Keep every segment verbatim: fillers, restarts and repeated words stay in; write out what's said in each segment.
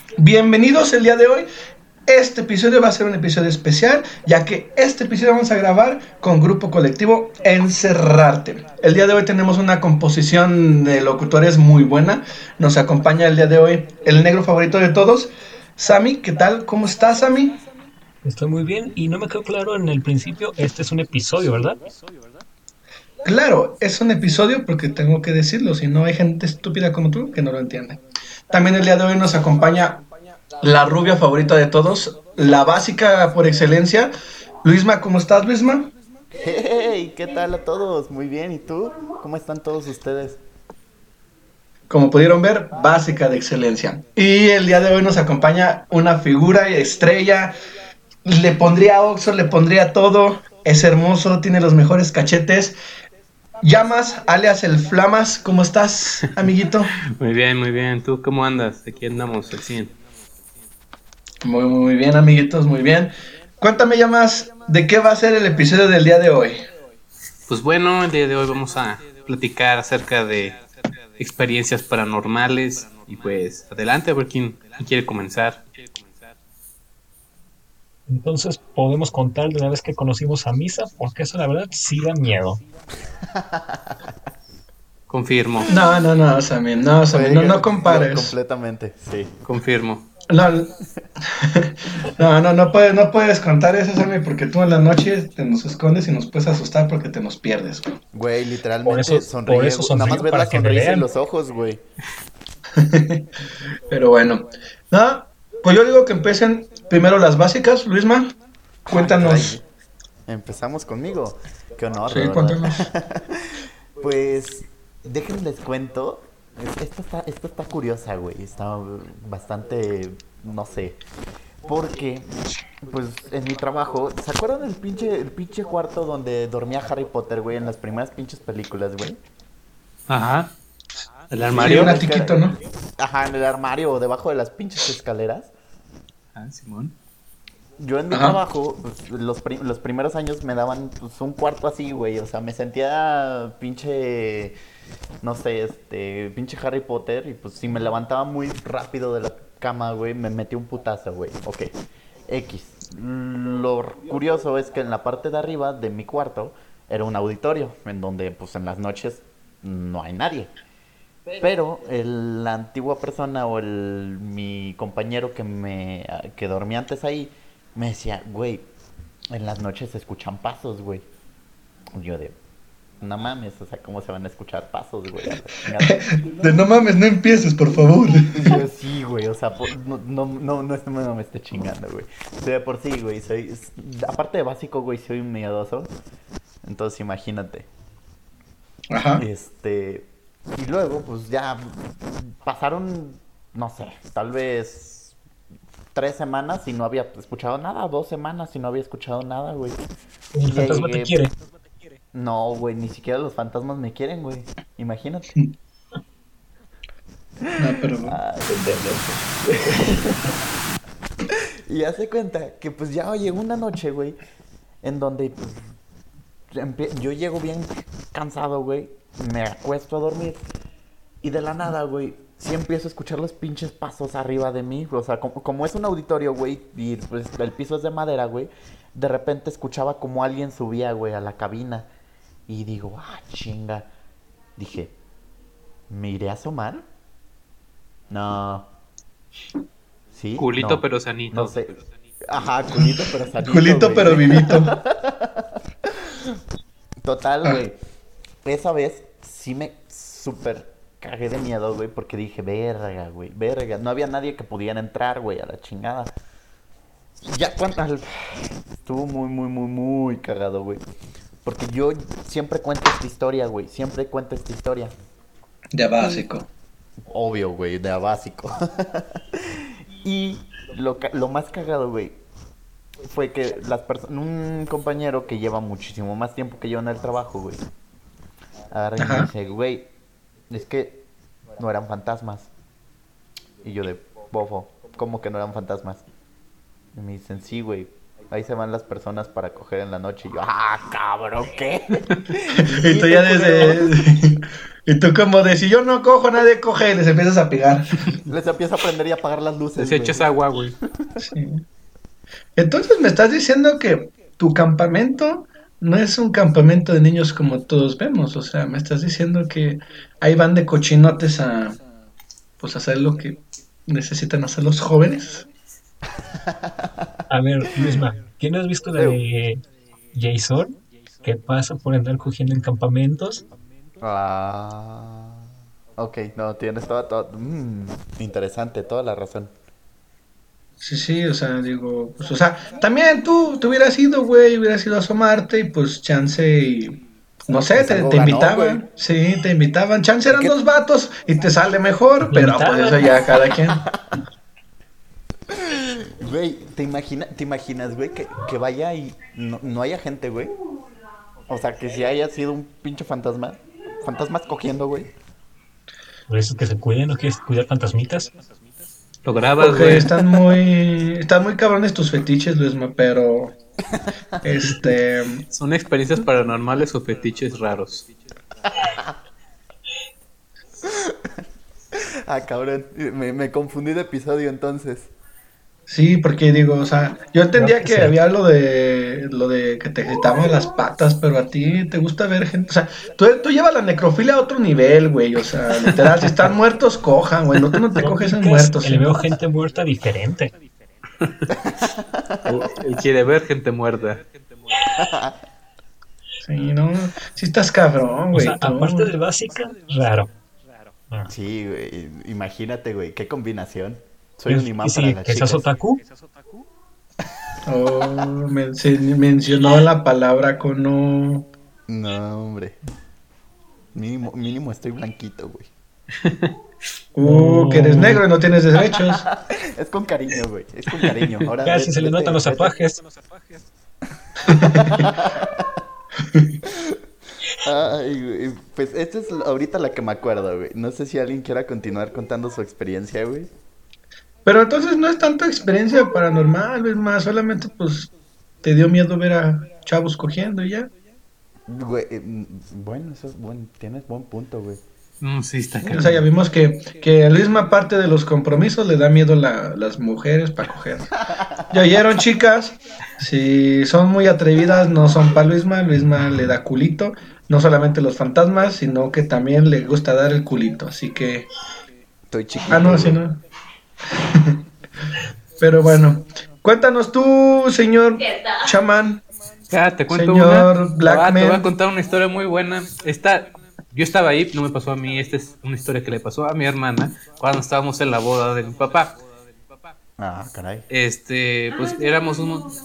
Bienvenidos el día de hoy. Este episodio va a ser un episodio especial, ya que este episodio vamos a grabar con Grupo Colectivo Encerrarte. El día de hoy tenemos una composición de locutores muy buena. Nos acompaña el día de hoy el negro favorito de todos, Sammy. ¿Qué tal? ¿Cómo estás, Sammy? Estoy muy bien y no me quedó claro en el principio, este es un episodio, ¿verdad? Claro, es un episodio porque tengo que decirlo, si no hay gente estúpida como tú que no lo entiende. También el día de hoy nos acompaña la rubia favorita de todos, la básica por excelencia. Luisma, ¿cómo estás, Luisma? Hey, ¿qué tal a todos? Muy bien, ¿y tú? ¿Cómo están todos ustedes? Como pudieron ver, básica de excelencia. Y el día de hoy nos acompaña una figura estrella. Le pondría Oxo, le pondría todo. Es hermoso, tiene los mejores cachetes. Llamas, alias el Flamas, ¿cómo estás, amiguito? Muy bien, muy bien. ¿Tú cómo andas? Aquí andamos al cien. Muy, muy bien, amiguitos, muy bien. Cuéntame, Llamas, ¿de qué va a ser el episodio del día de hoy? Pues bueno, el día de hoy vamos a platicar acerca de experiencias paranormales. Y pues adelante, a ver quién, quién quiere comenzar. Entonces podemos contar de una vez que conocimos a Misa, porque eso la verdad sí da miedo. Confirmo, No, no, no, Sammy, no, Sammy, no, no Fue lo- compares. completamente, sí. confirmo. No, no, no, no puedes, no puedes contar eso, Sammy, porque tú en la noche te nos escondes y nos puedes asustar porque te nos pierdes, güey. Güey, Por eso, literalmente por sonríe, eso güey. Nada más sonrío ves la para que me sonrisa en vean. los ojos, güey. Pero bueno, no, pues yo digo que empiecen primero las básicas, Luisma. Ah, caray. Cuéntanos. Empezamos conmigo. Qué honor, de Sí, verdad. cuéntanos. Pues, déjenme les cuento. Es- Esta está, esta está curiosa, güey. Está bastante, no sé. Porque, pues, en mi trabajo, ¿se acuerdan del pinche, el pinche cuarto donde dormía Harry Potter, güey, en las primeras pinches películas, güey? Ajá. ¿El Sí, un armario? Es que, atiquito, ¿no? ajá, en el armario o debajo de las pinches escaleras. Ah, Simón. Yo en mi Ajá. trabajo, pues, los, pri- los primeros años me daban pues, un cuarto así, güey. O sea, me sentía pinche, no sé, este, pinche Harry Potter. Y pues si me levantaba muy rápido de la cama, güey, me metí un putazo, güey. Ok. X. Lo curioso es que en la parte de arriba de mi cuarto era un auditorio, en donde pues en las noches no hay nadie. Pero el, la antigua persona o el, mi compañero que, me, que dormía antes ahí me decía, güey, en las noches se escuchan pasos, güey. Y yo de, no mames, o sea, ¿cómo se van a escuchar pasos, güey? A la chingada. De no mames, no empieces, por favor. Y yo, sí, güey, o sea, por- no, no, no, no, es- no me esté chingando, güey. O sea, por sí, güey, soy, es- aparte de básico, güey, soy un miedoso. Entonces, imagínate. Ajá. Este. Y luego, pues ya pasaron, no sé, tal vez tres semanas y no había escuchado nada, dos semanas y no había escuchado nada, güey. El Y ya fantasma te llegué. quiere. No, güey, ni siquiera los fantasmas me quieren, güey. Imagínate. No, pero. Ah, pendejo. Y hace cuenta que pues ya llegó una noche, güey, en donde pues, empie- yo llego bien cansado, güey, me acuesto a dormir y de la nada, güey, sí empiezo a escuchar los pinches pasos arriba de mí, o sea, como, como es un auditorio, güey, y pues el piso es de madera, güey, de repente escuchaba como alguien subía, güey, a la cabina y digo, ah, chinga, dije, ¿me iré a asomar? No, ¿sí? Culito No, pero no sanito. sé. Ajá, culito pero sanito, Culito, güey. pero vivito. Total, Ah, güey. Esa vez sí me súper cagué de miedo, güey, porque dije, verga, güey, verga. No había nadie que pudiera entrar, güey, a la chingada. Ya, cuando... Estuvo muy, muy, muy, muy cagado, güey. Porque yo siempre cuento esta historia, güey. Siempre cuento esta historia. de Y, básico. obvio, güey, de a básico. Y lo, ca- lo más cagado, güey, fue que las personas, un compañero que lleva muchísimo más tiempo que yo en el trabajo, güey, agarra y me Ajá. dice, güey, es que no eran fantasmas. Y yo de, bofo, ¿cómo que no eran fantasmas? Y me dicen, sí, güey, Ahí se van las personas para coger en la noche. Y yo, ah, cabrón, ¿qué? Y tú ya desde... Y tú como de, si yo no cojo, nadie coge, y les empiezas a pegar. Les empieza a prender y apagar las luces. Les echas güey. agua, güey. Sí. Entonces me estás diciendo que tu campamento no es un campamento de niños como todos vemos. O sea, me estás diciendo que ahí van de cochinotes a, pues, hacer lo que necesitan hacer los jóvenes. A ver, Luisma, ¿quién no has visto la de Jason? ¿Qué pasa por andar cogiendo en campamentos? Ah. Ok, no, tienes toda, toda... mm, interesante, toda la razón. Sí, sí, o sea, digo, pues, o sea, también tú, te hubieras ido, güey, hubieras ido a asomarte y pues chance y, no sé, Es te, algo te ganón, güey. invitaban, sí, te invitaban, chance Es eran que, dos vatos y te sale mejor, Me pero pues eso invitaban. ya cada quien. güey, ¿te, imagina, ¿te imaginas, güey, que, que vaya y no, no haya gente, güey? O sea, que si haya sido un pinche fantasma. Fantasmas cogiendo, güey. Por eso que se cuiden, ¿no quieres cuidar fantasmitas? Lo grabas, Porque güey. están muy, están muy cabrones tus fetiches, Luisma, pero, este, Son experiencias paranormales o fetiches raros. Ah, cabrón. Me, me confundí de episodio entonces. sí, porque digo, o sea, yo entendía Creo que que sí. había lo de, lo de que te gritaban las patas, pero a ti te gusta ver gente, o sea, tú, tú llevas la necrofilia a otro nivel, güey, o sea, literal, si están muertos, cojan, güey, no, tú no te No coges en ubicas, muertos, le ¿sí? veo gente muerta diferente. Él, él quiere ver gente muerta. Sí, no, sí estás cabrón, O sea, güey, tú. aparte de básica, raro. Ah. Sí, güey. Imagínate, güey. Qué combinación. Soy ¿Y un imán y para si las que seas chicas. otaku? Oh, men- se mencionó la palabra con no. No, hombre. Mínimo, mínimo estoy blanquito, güey. Uh, que eres No, negro y no tienes derechos. Es con cariño, güey. Es con cariño. Ahora casi ve- se le vete, notan los vete. zapajes. Ay, güey. Pues esta es ahorita la que me acuerdo, güey. No sé si alguien quiera continuar contando su experiencia, güey. Pero entonces no es tanto experiencia paranormal, es más, solamente pues te dio miedo ver a chavos cogiendo y ya. Güey, eh, mm, bueno, eso es buen, tienes buen punto, güey. No, sí, está Sí, o sea, ya cañón. vimos que, que a Luisma parte de los compromisos le da miedo la, las mujeres para coger. ¿Ya oyeron, chicas? Si son muy atrevidas, no son para Luisma. Luisma le da culito. No solamente los fantasmas, sino que también le gusta dar el culito. Así que... Estoy Ah, no, chiquito, así güey. no. Pero bueno, cuéntanos tú, señor chamán, Ya, te cuento señor una. Te voy a- te voy a Blackman. contar una historia muy buena. Esta, yo estaba ahí, no me pasó a mí. Esta es una historia que le pasó a mi hermana cuando estábamos en la boda de mi papá. Ah, caray. Este, pues éramos unos.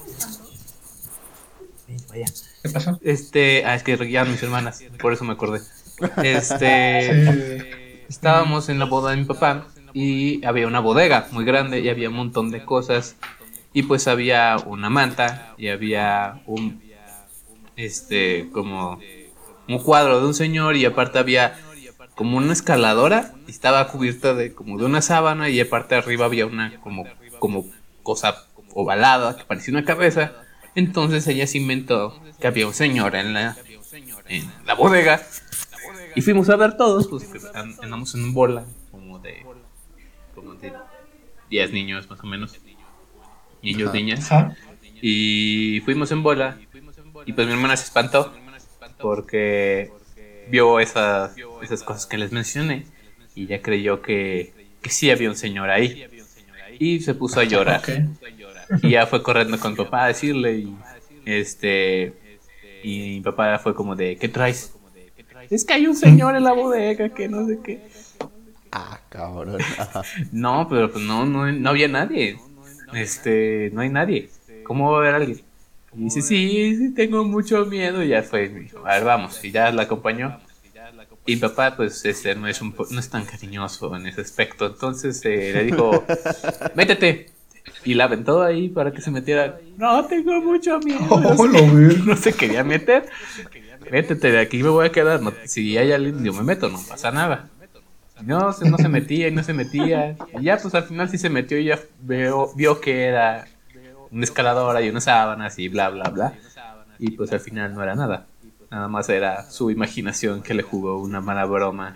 Vaya. ¿Qué pasó? Este, ah, es que ya mis hermanas, por eso me acordé. Este, Sí. estábamos en la boda de mi papá y había una bodega muy grande y había un montón de cosas y pues había una manta y había un, este, como un cuadro de un señor y aparte había como una escaladora y estaba cubierta de como de una sábana y aparte arriba había una como, como cosa ovalada que parecía una cabeza. Entonces ella se inventó que había un señor en la, en la bodega y fuimos a ver todos, pues que an- andamos en un bola como de como de diez niños más o menos, niños, Ajá. niñas, Ajá. y fuimos en bola y pues mi hermana se espantó porque vio esas, esas cosas que les mencioné y ya creyó que, que sí había un señor ahí y se puso a llorar. Ok. Y ya fue corriendo con mi papá a decirle y este y mi papá fue como de ¿qué traes? Es que hay un señor en la bodega que no sé qué. Ah, cabrón. Ajá. No, pero pues no, no, no había nadie. Este, no hay nadie. ¿Cómo va a haber alguien? Y dice, sí, sí, tengo mucho miedo. Y ya fue, me dijo, a ver, vamos. Y ya la acompañó. Y mi papá, pues, este, no es un po- no es tan cariñoso en ese aspecto. Entonces eh, le dijo, métete. Y la aventó ahí para que se metiera. No, tengo mucho miedo. No Oh, se, lo vi. no se quería meter. Métete, de aquí me voy a quedar. No- si hay alguien, yo me meto, no pasa nada. No, se- no se metía y no se metía. Y ya, pues al final sí se metió y ya veo, vio que era una escaladora y unas sábanas y bla, bla, bla. Y pues al final no era nada. Nada más era su imaginación que le jugó una mala broma.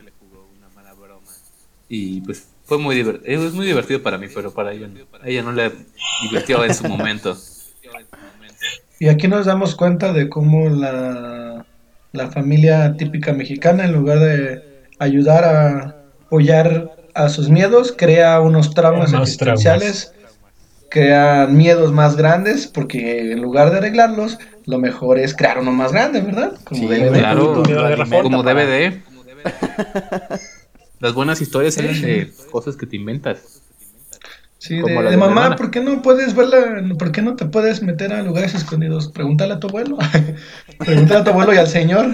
Y pues fue muy divertido. Es muy divertido para mí, pero para ella no. A ella no le divirtió en su momento. Y aquí nos damos cuenta de cómo la, la familia típica mexicana, en lugar de ayudar a apoyar a sus miedos, crea unos traumas Más traumas. existenciales, crean miedos más grandes, porque en lugar de arreglarlos, lo mejor es crear uno más grande, ¿verdad? Como Sí, debe de. güey, Claro, lo- lo Como alimenta Como para- D V D. Las buenas historias Sí, salen sí. de cosas que te inventas. Sí, Como de, la de de mi mamá, hermana. ¿por qué no puedes verla? ¿Por qué no te puedes meter a lugares escondidos? Pregúntale a tu abuelo. Pregúntale a tu abuelo y al señor.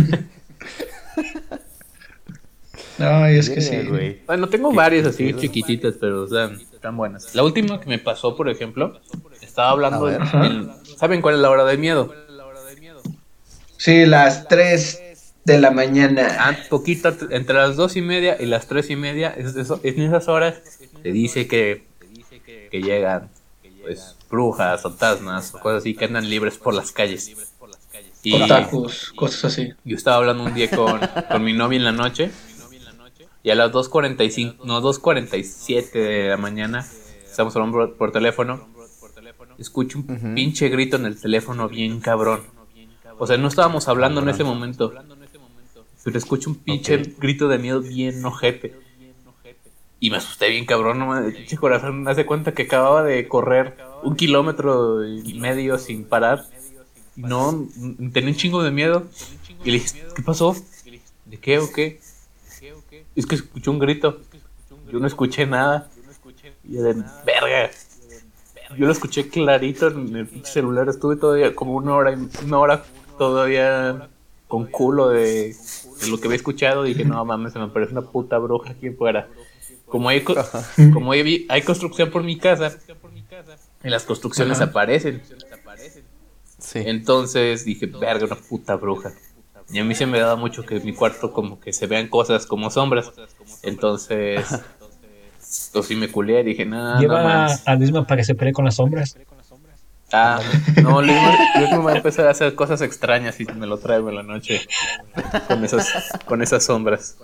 No, y es que Verga, sí. güey. Bueno, tengo ¿Qué- varias qué así pedo? chiquititas, pero o sea, están buenas. La última que me pasó, por ejemplo, estaba hablando A ver. en, Ajá. en- ¿saben cuál es la hora del miedo? Sí, las tres de la mañana. Ah, poquito t- entre las dos y media y las tres y media, es, eso- en esas horas se dice que, que llegan pues brujas, fantasmas o cosas así que andan libres por las calles. Y Otakus, cosas así. yo estaba hablando un día con, con mi novia en la noche y a las dos cuarenta y cinco, no, dos cuarenta y siete de la mañana, estamos hablando por, por teléfono, escucho un Ujú. pinche grito en el teléfono bien cabrón. O sea, no estábamos hablando en ese momento, pero escucho un pinche Ok. grito de miedo bien ojete. Y me asusté bien cabrón, no mames, el pinche corazón me hace cuenta que acababa de correr un kilómetro y medio sin parar. Y no, n- tenía un chingo de miedo. Y le dije, ¿qué pasó? ¿De qué o qué? Es que escuché un grito. Yo no escuché nada. Y yo de verga. Yo lo escuché clarito en el pinche celular. Estuve todavía como una hora, y- una hora todavía con culo de, de lo que había escuchado. Y dije, no mames, se me parece una puta bruja aquí afuera. Como hay, co- como hay, hay construcción por mi casa, en las construcciones Ajá. aparecen. Sí. Entonces dije, verga, una puta bruja. Y a mí se me daba mucho que en mi cuarto como que se vean cosas como sombras. Entonces, pues sí me culé, dije, no, no Lleva más. a Luisma para que se pelee con las sombras. Ah, no, Luis, Luis me va a empezar a hacer cosas extrañas y me lo traigo en la noche. Con esas, con esas sombras.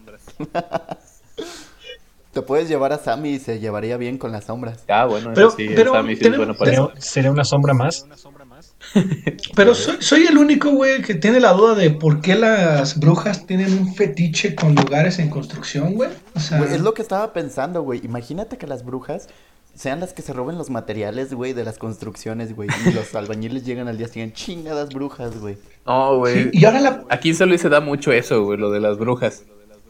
Te puedes llevar a Sammy y se llevaría bien con las sombras. Ah, bueno, Pero- eso sí, pero el Sammy sí es tenemos- bueno para ¿Sería, eso. sería una sombra más? Pero soy, soy el único, güey, que tiene la duda de por qué las brujas tienen un fetiche con lugares en construcción, güey. O sea, Güey, es lo que estaba pensando, güey. Imagínate que las brujas sean las que se roben los materiales, güey, de las construcciones, güey. Y los albañiles llegan al día siguiente, chingadas brujas, güey. No, sí, güey. y ahora la Aquí en San Luis se da mucho eso, güey, lo de las brujas.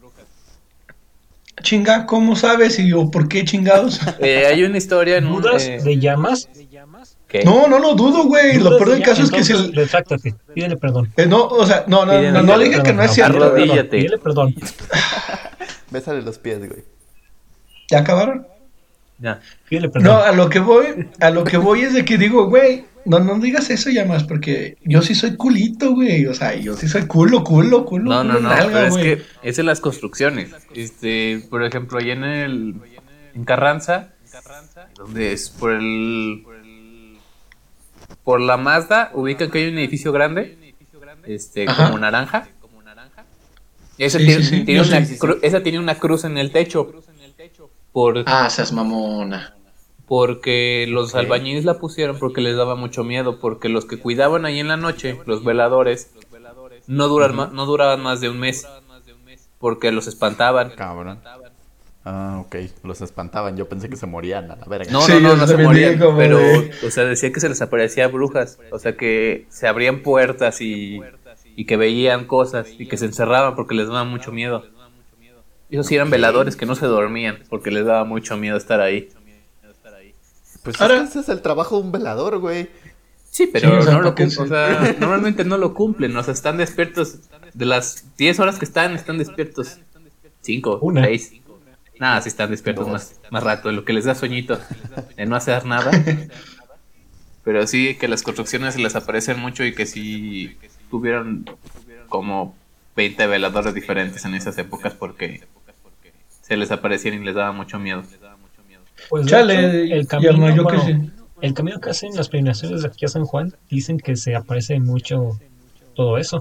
chinga, ¿cómo sabes y o por qué chingados? Eh, hay una historia en un... ¿Dudas eh, de llamas? ¿qué? No, no lo dudo, güey. Lo ¿Dudas peor de del llamas? caso es que si Entonces, el- retráctate. Pídele perdón. eh, no, o sea, no, no, Pídele no, no perdón, dije que no es Perdón, cierto. perdón, güey. Arrodíllate. Pídele perdón. Bésale los pies, güey. ¿Ya acabaron? Ya. Pídele No, perdón. a lo que voy, a lo que voy es de que digo, güey, no, no digas eso ya más, porque yo sí soy culito, güey. O sea, yo sí soy culo, culo, culo. No, no, culo, no, nalga, pero es güey. que es en las construcciones. Este, por ejemplo, allá en el en Carranza, donde es por el por la Mazda, ubican que hay un edificio grande, este, Ajá. como naranja. Ese Sí, tiene, sí, sí, tiene yo una sí. cru- esa tiene una cruz en el techo. Por, Ah, seas mamona. porque los Ok. albañiles la pusieron porque les daba mucho miedo, porque los que cuidaban ahí en la noche, los veladores, no duran ma- no duraban más de un mes, porque los espantaban. Cabrón. Ah, ok. Los espantaban. Yo pensé que se morían a la verga. No, Sí, no, no, yo no se también morían, digo, como pero, de- o sea, decía que se les aparecía brujas, o sea, que se abrían puertas y, y que veían cosas y que se encerraban porque les daba mucho miedo. Esos sí eran veladores que no se dormían porque les daba mucho miedo estar ahí. Pues Ahora- es que ese es el trabajo de un velador, güey. Sí, pero Sí, o sea, no lo porque cum- o sí. sea, normalmente no lo cumplen, o sea, están despiertos de las diez horas que están, están despiertos cinco, Una. seis. Nada, sí están despiertos Dos. más, más rato, lo que les da sueñito de no hacer nada. Pero sí que las construcciones se les aparecen mucho y que si tuvieron como veinte veladores diferentes en esas épocas porque se les aparecían y les daba mucho miedo. Pues de Chale, hecho, el camino, Yerno, yo bueno, que sí. el camino que hacen las peregrinaciones de aquí a San Juan dicen que se aparece mucho todo eso.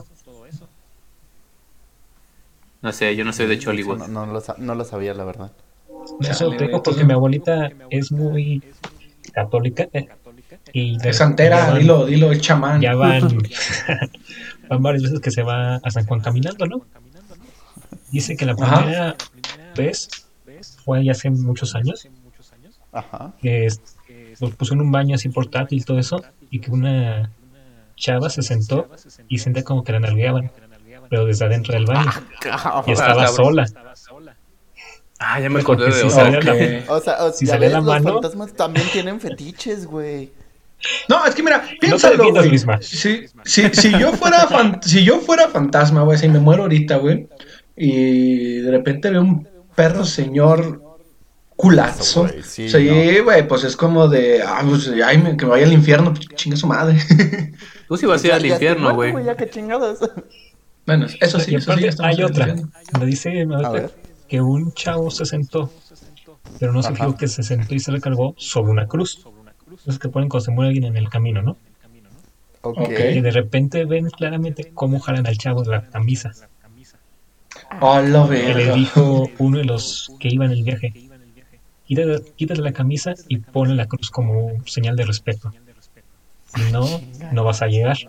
No sé, yo no soy de Eso Chollywood. no, no lo, sa- no lo sabía, la verdad. Eso Chale, te digo güey, porque entonces- mi abuelita es muy católica eh, y de- Es santera, ya van, dilo, dilo, es chamán. ya van, van varias veces que se va a San Juan caminando, ¿no? Dice que la Ajá. primera vez fue ya hace muchos años, Ajá. que es- los puso en un baño así portátil y todo eso, y que una chava se sentó y sentía como que la nalgueaban, pero desde adentro del baño, y estaba cabrón. sola. Ah, ya me Porque acordé de sí otra. salía la- Ok. O sea, o- Si ya salía ves, la los mano- fantasmas también tienen fetiches, güey. No, es que mira, piénsalo, defiendas, güey. Luisma. Si, si, si yo fuera fan- si yo fuera fantasma, güey, si me muero ahorita, güey, y de repente veo un perro señor culazo. Eso, güey, sí, Sí, güey, pues es como de, ah, pues, ay, me- que me vaya al infierno, pues, chingue su madre. Tú sí vas a ir Ya- al ya estoy infierno, muerto, güey. Ya que chingados. Bueno, eso sí, Y eso sí, aparte estamos hay en el otra, infierno. donde dice mi A abuelita ver. que un chavo se sentó, pero no se Ajá. fijó que se sentó y se recargó sobre una cruz. Esos que ponen cuando se muere alguien en el camino, ¿no? Ok. Ok. Que de repente ven claramente cómo jalan al chavo de la camisa. A la Que le verga. dijo uno de los que iba en el viaje: quítate, quítate la camisa y ponle la cruz como señal de respeto. Si no, no vas a llegar.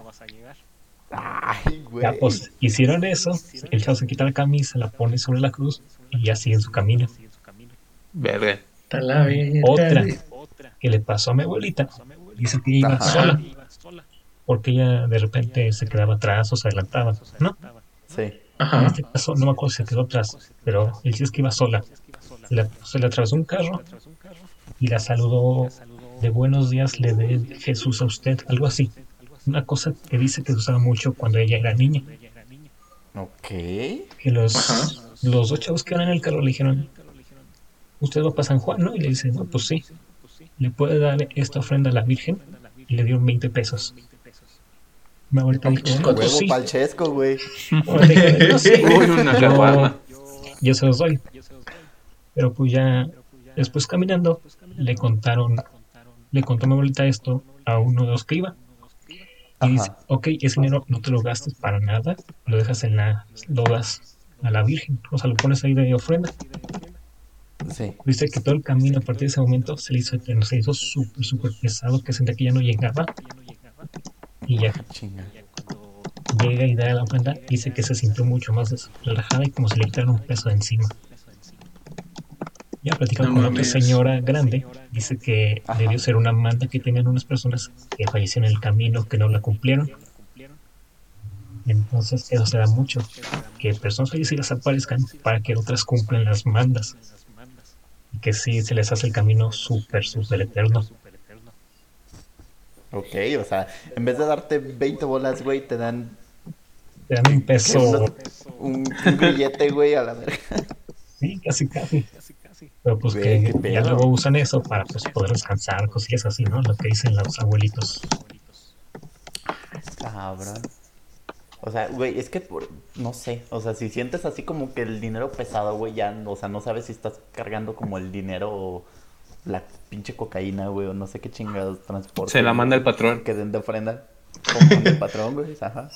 Ay, güey. Ya, pues hicieron eso. El chavo se quita la camisa, la pone sobre la cruz y ya sigue su camino. Verga. Está la verga, Otra güey. que le pasó a mi abuelita, dice que iba Ajá. sola, porque ella de repente se quedaba atrás o se adelantaba, ¿no? Sí. En Ajá. este caso no me acuerdo si se quedó atrás, pero él sí es que iba sola. Se le, se le atravesó un carro y la saludó de buenos días, le dé Jesús a usted, algo así. Una cosa que dice que se usaba mucho cuando ella era niña. Ok. Que los, Ajá. los dos chavos que iban en el carro le dijeron: ¿usted va para San Juan, no? Y le dice: no, pues sí. ¿Le puede dar esta ofrenda a la Virgen? Y le dieron veinte pesos. Mi abuelita dijo: no, pues Huevo sí. palchesco, güey. Mi abuelita dijo: no, sí, Uy, una yo, caguama. yo se los doy. Pero pues ya después caminando le contaron, le contó mi abuelita esto a uno de los que iba. Y dice: Ajá. ok, ese dinero no te lo gastes para nada, lo dejas en la, lo das a la Virgen, o sea, lo pones ahí de ofrenda. Sí. Dice que todo el camino a partir de ese momento se le hizo eterno, se hizo súper, súper pesado, que sentía que ya no llegaba. Y ya Chinga. llega y da la ofrenda, dice que se sintió mucho más des- relajada y como si le quitaran un peso de encima. Ya platicando No con otra mames. señora grande, dice que Ajá. debió ser una manda que tenían unas personas que fallecieron en el camino, que no la cumplieron. Entonces eso se da mucho, que personas fallecidas aparezcan para que otras cumplan las mandas. Y que sí se les hace el camino súper, súper eterno. Ok, o sea, en vez de darte veinte bolas, güey, te dan Te dan un ¿qué? peso, Unos- un, un billete, güey, a la verga. sí, casi, casi. Pero pues Güey, que qué ya pedo. luego usan eso para pues poder descansar, cosillas así, ¿no? Lo que dicen los abuelitos. Cabrón. O sea, güey, es que, por- no sé, o sea, si sientes así como que el dinero pesado, güey, ya, o sea, no sabes si estás cargando como el dinero o la pinche cocaína, güey, o no sé qué chingados transporte. Se la manda el güey, patrón. que den de ofrenda. Como manda el patrón, güey, ajá.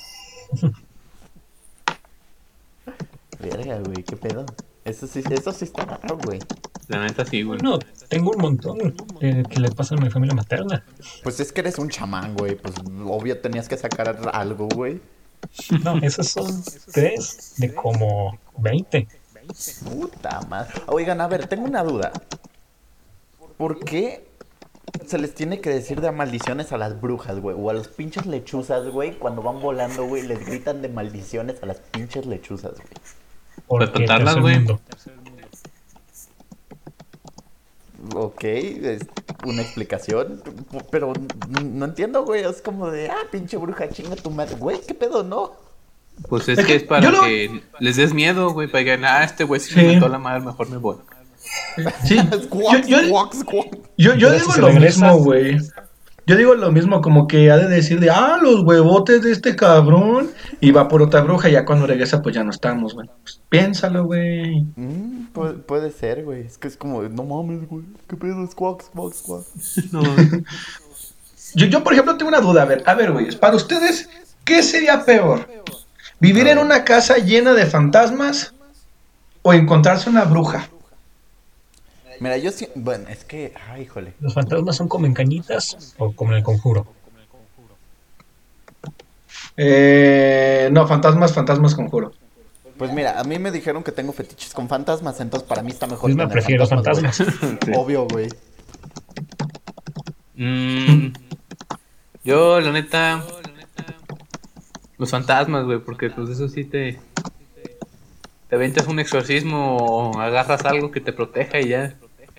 Verga, güey, qué pedo. Eso sí, eso sí está raro, güey. La neta sí, güey. No, tengo un montón eh, que le pasan a mi familia materna. Pues es que eres un chamán, güey, pues obvio tenías que sacar algo, güey. No, esos son tres de como veinte. Puta madre. Oigan, a ver, tengo una duda. ¿Por qué se les tiene que decir de maldiciones a las brujas, güey? O a los pinches lechuzas, güey, cuando van volando, güey, les gritan de maldiciones a las pinches lechuzas, güey. Porque espantarlas, tercer güey. mundo. Ok, es una explicación, pero n- no entiendo, güey. Es como de, ah, pinche bruja, chinga tu madre. Güey, ¿qué pedo, no? Pues es Es que que es para yo lo- que les des miedo, güey. Para que digan, ah, este güey sí Sí. me mentó la madre, mejor me voy. Sí, yo, Squawk, yo, squawk, squawk. yo, yo Pero digo si se lo regresa- mismo, güey. Yo digo lo mismo, como que ha de decir de, ah, los huevotes de este cabrón. Y va por otra bruja, y ya cuando regresa, pues ya no estamos, güey. Pues piénsalo, güey. Mm, puede, puede ser, güey. Es que es como, no mames, güey. ¿Qué pedo? Squawk, squawk, squawk. No, Yo, yo, por ejemplo, tengo una duda. A ver, a ver, güey. Para ustedes, ¿qué sería peor? ¿Vivir A en ver. una casa llena de fantasmas o encontrarse una bruja? Mira, yo sí. Bueno, es que. Ay, híjole. ¿Los fantasmas son como en Cañitas o como en El Conjuro? Eh, no, fantasmas, fantasmas, conjuro. Pues mira, a mí me dijeron que tengo fetiches con fantasmas, entonces para mí está mejor Yo me tener prefiero fantasmas, fantasmas. güey. Obvio, güey. Mm, yo, la neta, los fantasmas, güey, porque pues eso sí te... Te aventas un exorcismo o agarras algo que te proteja y ya.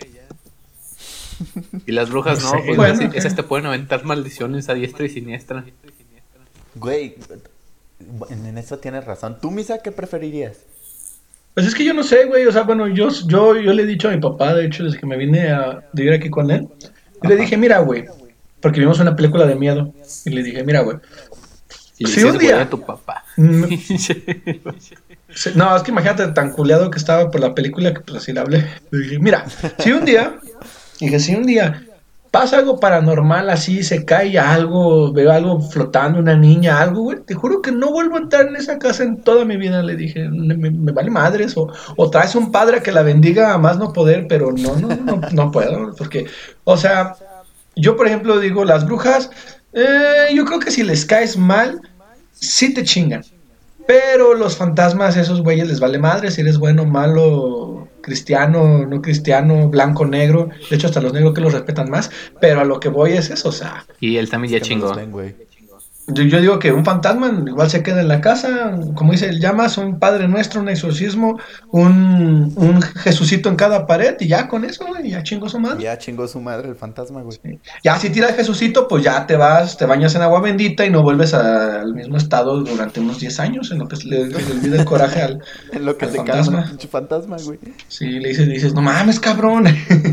Y las brujas No no, sé, pues bueno, esas, ok. esas te pueden aventar maldiciones a diestra y siniestra. Güey, en en eso tienes razón. ¿Tú, Misa, qué preferirías? Pues es que yo no sé, güey. O sea, bueno, yo, yo, yo le he dicho a mi papá, de hecho, desde que me vine a vivir aquí con él. Y le Ajá. dije, mira, güey. Porque vimos una película de miedo. Y le dije, mira, güey. Y le Si dices, un güey, día- a tu papá. mm, se- No, es que imagínate tan culeado que estaba por la película que pues así le hablé. Le dije, mira, si un día, dije, si un día pasa algo paranormal así, se cae algo, veo algo flotando, una niña, algo, güey, te juro que no vuelvo a entrar en esa casa en toda mi vida. Le dije, me, me- me vale madres, o, o traes un padre que la bendiga a más no poder, pero no, no, no, no puedo, porque, o sea, yo por ejemplo digo, las brujas, eh, yo creo que si les caes mal, sí te chingan. Pero los fantasmas, esos güeyes les vale madre si eres bueno, malo, cristiano, no cristiano, blanco, negro. De hecho, hasta los negros que los respetan más. Pero a lo que voy es eso, o sea, Y él también Es ya que no los chingó. ven, güey. yo, yo digo que un fantasma igual se queda en la casa, como dice el llamas, un Padre Nuestro, un exorcismo, un, un Jesucito en cada pared y ya con eso, güey, ya chingó su madre. Ya chingó su madre el fantasma, güey. Ya si tiras Jesucito, pues ya te vas, te bañas en agua bendita y no vuelves a- al mismo estado durante unos diez años, en lo que se le, le olvida el coraje al, En lo que al se calma fantasma. el pinche fantasma, güey. Sí, le dices, dices, no mames, cabrón.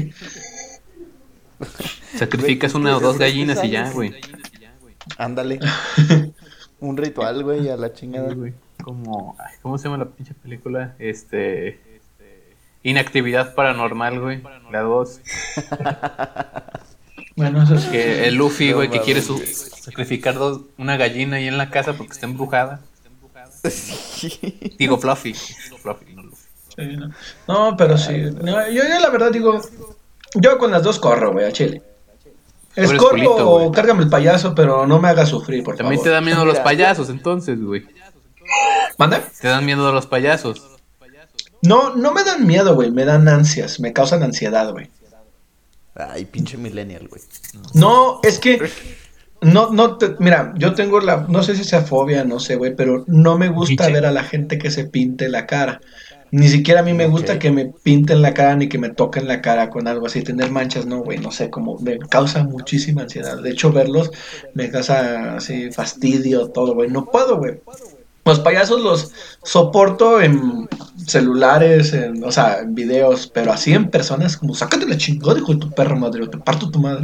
Sacrificas Güey, una o es dos que- gallinas y es- ya, güey. Ándale. Un ritual, güey, a la chingada. Sí, güey. Como, ay, ¿cómo se llama la pinche película? Este... Inactividad paranormal, güey. La dos. Bueno, eso sí. Que el Luffy, No güey, que mames, quiere su- güey. sacrificar dos, una gallina ahí en la casa porque está embrujada. Sí. Digo Fluffy. Fluffy, no Luffy. Sí, no. No, pero sí. No, yo, yo la verdad digo, yo con las dos corro, güey, a Chile. eres Escorro culito, o güey. cárgame el payaso, pero no me hagas sufrir, por También favor. te dan miedo los Mira. payasos, entonces, güey. ¿Manda? Te dan miedo los payasos. No, no me dan miedo, güey, me dan ansias, me causan ansiedad, güey. Ay, pinche millennial, güey. No, es que no, no te, mira, yo tengo la, no sé si sea fobia, no sé, güey, pero no me gusta Fetiche. ver a la gente que se pinte la cara. Ni siquiera a mí me gusta Ok. que me pinten la cara ni que me toquen la cara con algo así, tener manchas, no, güey, no sé, como me causa muchísima ansiedad. De hecho, verlos me causa así fastidio, todo, güey, no puedo, güey. Los payasos los soporto en celulares, en, o sea, en videos, pero así en personas, como sácate la chingada, hijo de tu perro madre, o te parto tu madre.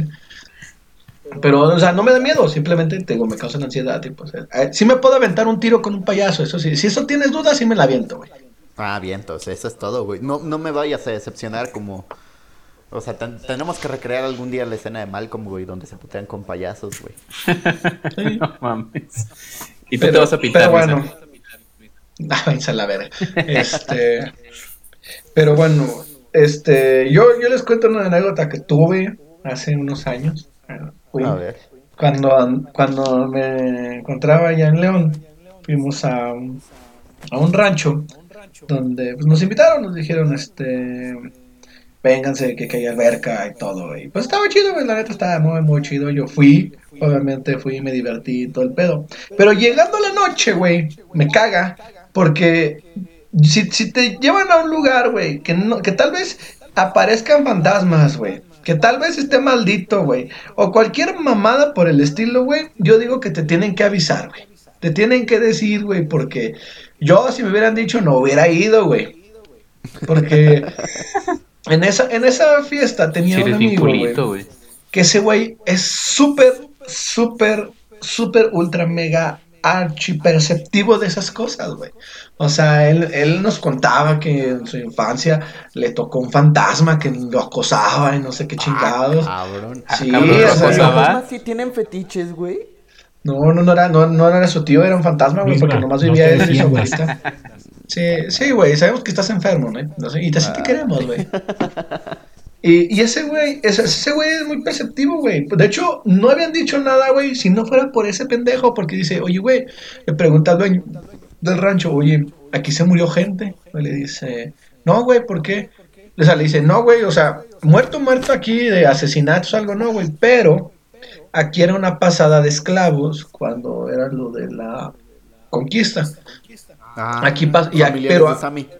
Pero, o sea, no me da miedo, simplemente te digo, me causa ansiedad. Y pues, eh, sí me puedo aventar un tiro con un payaso, eso sí. Si eso tienes dudas, sí me la aviento, güey. Ah, bien, entonces eso es todo, güey. No, no me vayas a decepcionar como... O sea, ten- tenemos que recrear algún día la escena de Malcolm, güey, donde se putean con payasos, güey. Sí. No mames. Y tú Pero- te vas a pintar, pero bueno. Misa. Ah, váyanse a la verga. Este, pero bueno, este, yo, yo les cuento una anécdota que tuve hace unos años. Eh, fui- A ver. Cuando, cuando me encontraba allá en León, fuimos a, un- a un rancho donde pues, nos invitaron, nos dijeron, este, vénganse, que, que hay alberca y todo. Y pues estaba chido, pues, la neta estaba muy, muy chido. Yo fui, obviamente fui, me divertí y todo el pedo. Pero llegando la noche, güey, me caga, porque si, si te llevan a un lugar, güey, que, no, que tal vez aparezcan fantasmas, güey. Que tal vez esté maldito, güey. O cualquier mamada por el estilo, güey. Yo digo que te tienen que avisar, güey. Te tienen que decir, güey, porque yo si me hubieran dicho no hubiera ido, güey. Porque en esa, en esa fiesta tenía Si un eres bien amigo, culito, güey, güey. que ese güey es súper, súper, súper, ultra, mega archiperceptivo de esas cosas, güey. O sea, él, él nos contaba que en su infancia le tocó un fantasma que lo acosaba y no sé qué chingados. Cabrón. Ah, Sí, cabrón, ¿lo o ¿Los sea, acosaba? fantasmas sí tienen fetiches, güey? no, no, no era, no, no era su tío, era un fantasma, güey, porque Misma, nomás no vivía te él y su defiendas. abuelita. Sí, sí, güey, sabemos que estás enfermo, ¿no? No sé, y así te Ah. queremos, güey. Y, y ese güey, ese, ese güey es muy perceptivo, güey. De hecho, no habían dicho nada, güey, si no fuera por ese pendejo, porque dice, oye, güey, le pregunta al dueño del rancho, oye, aquí se murió gente. Y le dice, no, güey, ¿por qué? O sea, le dice, no, güey, o sea, muerto, muerto aquí de asesinatos, algo, no, güey, pero aquí era una pasada de esclavos cuando era lo de la conquista. Ah, Aquí pasa, familiares pero de Sammy.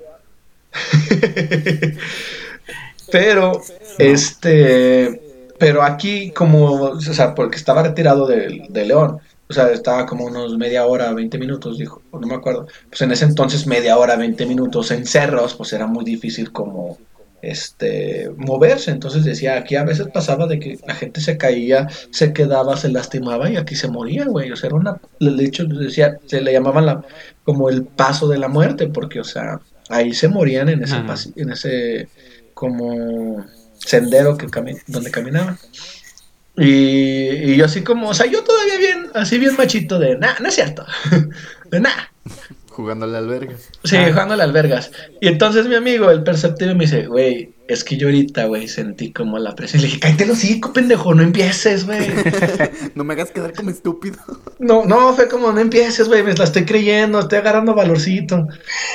pero, este, pero aquí como, o sea, porque estaba retirado de, de León, o sea, estaba como unos media hora, veinte minutos, dijo, no me acuerdo. Pues en ese entonces media hora, veinte minutos en cerros, pues era muy difícil como, este, moverse. Entonces decía, aquí a veces pasaba de que la gente se caía, se quedaba, se lastimaba y aquí se moría, güey. O sea, era una, de hecho, decía, se le llamaban la, como el paso de la muerte, porque, o sea, ahí se morían en ese, Ajá. pas- en ese como sendero que cami donde caminaban. Y, y yo así como, o sea, yo todavía bien, así bien machito de, nah, no es cierto, de nah, Jugándole al verga. sí, Ah, jugando a las vergas. Y entonces mi amigo, el perceptivo, me dice, güey, es que yo ahorita, güey, sentí como la presión. Le dije, cállate el hocico, pendejo, no empieces, güey. No me hagas quedar como estúpido. No, no, fue como, no empieces, güey, me la estoy creyendo, estoy agarrando valorcito.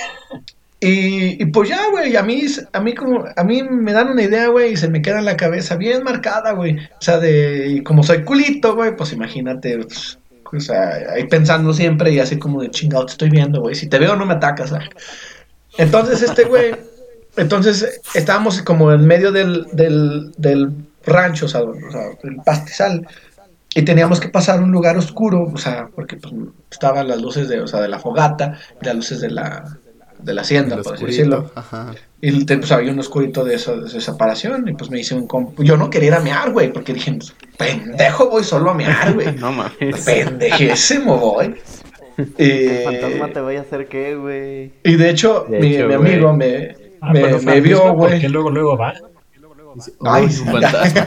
Y, y pues ya, güey, a mí, a mí como, a mí me dan una idea, güey, y se me queda en la cabeza bien marcada, güey. O sea, de, y como soy culito, güey, pues imagínate, pues, o sea, ahí pensando siempre y así como de chingado, te estoy viendo, güey. Si te veo, no me atacas, ¿sabes? Entonces, este güey, entonces estábamos como en medio del, del, del rancho, o sea, o sea, el pastizal, y teníamos que pasar un lugar oscuro, o sea, porque pues, estaban las luces de, o sea, de la fogata y las luces de la, de la El hacienda, por así oscurito. decirlo. Ajá. Y te- pues había un oscurito de, eso, de separación, y pues me hice un comp. Yo no quería ir a mear, güey, porque dije, pues, pendejo, voy solo a mear, güey. no mames. Pendejísimo, voy. Que el fantasma Eh, te vaya a hacer qué, güey. y de hecho, De mi, hecho, mi güey. amigo me, Ah, me, cuando me vio, fantasma, ¿por güey. qué luego, luego va? Dice, Ay, "Uy, un fantasma".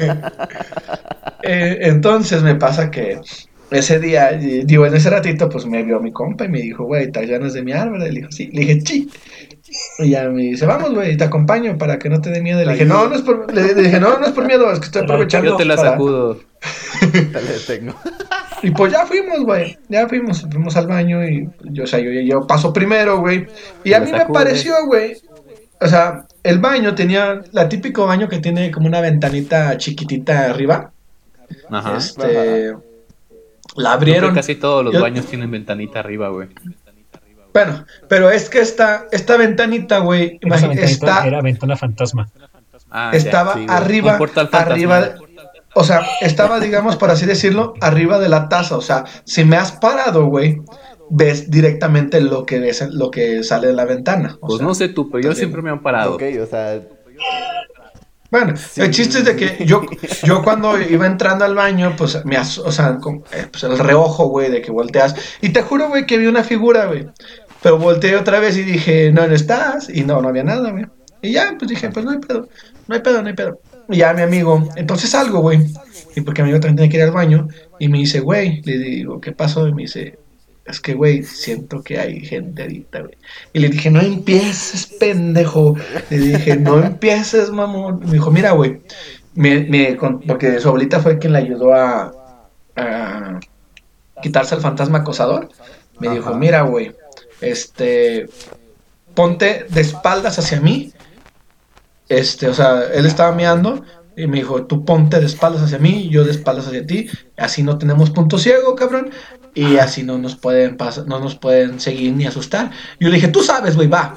Eh, entonces me pasa que ese día, y- digo, en ese ratito, pues me vio mi compa y me dijo, güey, ¿te ganas de mi árbol? Le dijo, sí. Le dije, sí. Y ya me dice, vamos, güey, te acompaño para que no te dé miedo. Te Le dije, no, ayudo. no es por, le, le dije, no, no es por miedo, es que estoy Te la detengo. Yo aprovechando te la para... sacudo. Te le detengo. Y pues ya fuimos, güey, ya fuimos, fuimos al baño y yo, o sea, yo, yo paso primero, güey. Y Te a la mí me sacudes. pareció, güey, o sea, el baño tenía, la típico baño que tiene como una ventanita chiquitita arriba. Ajá. Ajá. Este, la Creo que abrieron. casi todos los Yo, baños tienen ventanita arriba, güey. bueno, pero es que esta, esta ventanita, güey, Esa imagi- ventanita está, era ventana fantasma. Ah, ya. estaba Sí, güey. arriba, Un portal arriba, fantasmal. o sea, estaba, digamos, por así decirlo, arriba de la taza. O sea, si me has parado, güey, ves directamente lo que ves, lo que sale de la ventana. O Pues sea, no sé tú, pero yo ¿estás siempre viendo? me han parado. Ok, o sea, Bueno, el chiste es de sí. que yo, yo cuando iba entrando al baño, pues me as- o sea, con- eh, pues el reojo, güey, de que volteas. Y te juro, güey, que vi una figura, güey. Pero volteé otra vez y dije, no, no estás. Y no, no había nada, güey. Y ya, pues dije, pues no hay pedo, no hay pedo, no hay pedo. Y ya mi amigo, entonces salgo, güey. Y porque mi amigo también tiene que ir al baño. Y me dice, güey, le digo, ¿qué pasó? Y me dice, es que, güey, siento que hay gente ahorita, güey. Y le dije, no empieces, pendejo. Le dije, no empieces, mamón. Me dijo, mira, güey. Me, me, con- porque su abuelita fue quien le ayudó a, a quitarse al fantasma acosador. Me dijo, Ajá. mira, güey, este, ponte de espaldas hacia mí. Este, o sea, él estaba meando y me dijo, tú ponte de espaldas hacia mí, yo de espaldas hacia ti. Así no tenemos punto ciego, cabrón. Y así no nos pueden pasar, no nos pueden seguir ni asustar. Yo le dije, tú sabes, güey, va.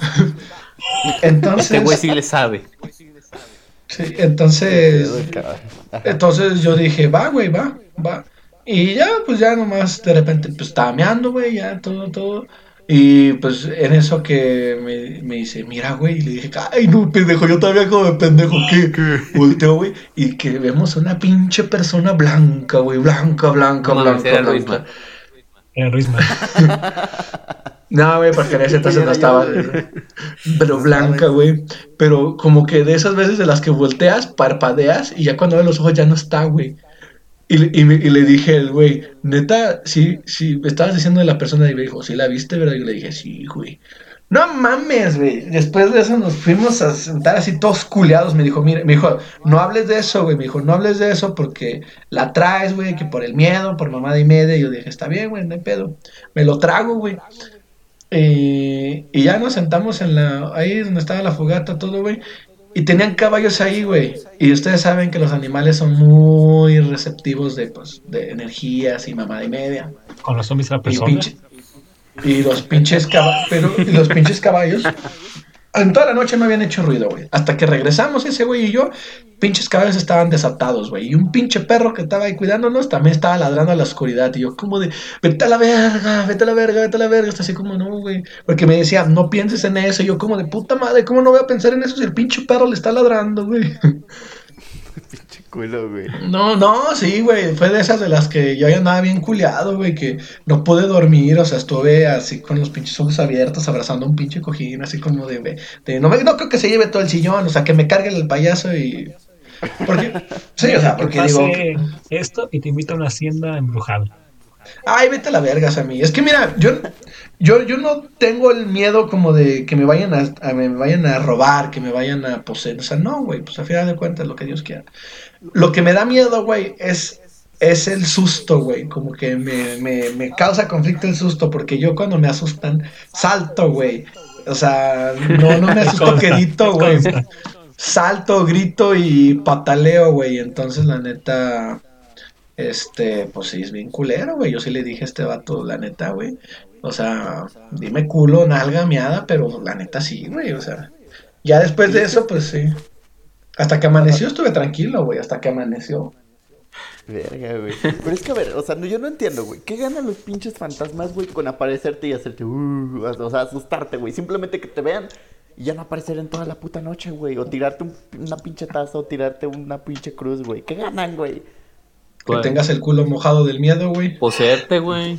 Este güey Entonces, sí le sabe. sí, Qué entonces, pedo, cabrón. Ajá. entonces yo dije, va, güey, va, va. Y ya, pues ya nomás de repente, pues estaba meando, güey, ya todo, todo. Y pues en eso que me, me dice, mira, güey, y le dije, ay, no, pendejo, yo todavía como de pendejo, ¿qué? Volteo, güey, y que vemos una pinche persona blanca, güey, blanca, blanca, No mames, blanca, era blanca. Luisma. Era Ruizman. No, güey, porque en ese entonces no estaba, pero blanca, güey. Pero como que de esas veces de las que volteas, parpadeas, y ya cuando ves los ojos ya no está, güey. Y, le- y, me- y le dije el güey, neta, sí, sí, me estabas diciendo de la persona y me dijo, sí la viste, ¿verdad? Y yo le dije, sí, güey. No mames, güey. Después de eso nos fuimos a sentar así todos culeados. Me dijo, mire, me dijo, no hables de eso, güey. Me dijo, no hables de eso porque la traes, güey, que por el miedo, por mamada y media. Y yo dije, está bien, güey, no hay pedo. Me lo trago, güey. Eh, y ya nos sentamos en la, ahí donde estaba la fogata, todo, güey. Y tenían caballos ahí, güey. Y ustedes saben que los animales son muy receptivos de, pues, de energías y mamada y media. Con los zombies a la Y persona. pinche, y los pinches caballos, pero y los pinches caballos, en toda la noche no habían hecho ruido, güey. Hasta que regresamos ese güey y yo, pinches caballos estaban desatados, güey. Y un pinche perro que estaba ahí cuidándonos también estaba ladrando a la oscuridad. Y yo, como de, vete a la verga, vete a la verga, vete a la verga. Está así como, no, güey. Porque me decía, no pienses en eso. Y yo, como de puta madre, ¿cómo no voy a pensar en eso si el pinche perro le está ladrando, güey? Pinche culo, güey. No, no, sí, güey, fue de esas de las que yo ya andaba bien culiado, güey, que no pude dormir, o sea, estuve así con los pinches ojos abiertos, abrazando un pinche cojín, así como de, de, de- no, me, no creo que se lleve todo el sillón, o sea, que me cargue el payaso y... Porque, sí, o sea, Que porque digo, pase esto y te invita a una hacienda embrujada. ay, vete a la verga, Sammy. Es que mira, yo, yo, yo no tengo el miedo como de que me vayan a, a- me vayan a robar, que me vayan a poseer, o sea, no, güey, pues a final de cuentas lo que Dios quiera. Lo que me da miedo, güey, es, es el susto, güey. Como que me, me, me causa conflicto el susto, porque yo cuando me asustan, salto, güey. O sea, no, no me Me asusto consta, quedito, me güey. consta. Salto, grito y pataleo, güey. Entonces, la neta, este, pues sí, es bien culero, güey. Yo sí le dije a este vato, la neta, güey. O sea, dime culo, nalga, miada, pero la neta sí, güey. O sea, ya después Y de es que, eso, pues sí. Hasta que ajá, amaneció estuve tranquilo, güey. Hasta que amaneció. verga, güey. Pero es que, a ver, o sea, no, yo no entiendo, güey. ¿Qué ganan los pinches fantasmas, güey, con aparecerte y hacerte, uh, o sea, asustarte, güey? Simplemente que te vean y ya no aparecer en toda la puta noche, güey. O tirarte un- una pinche taza o tirarte una pinche cruz, güey. ¿Qué ganan, güey? Que Pues, tengas el culo mojado del miedo, güey. poseerte, güey.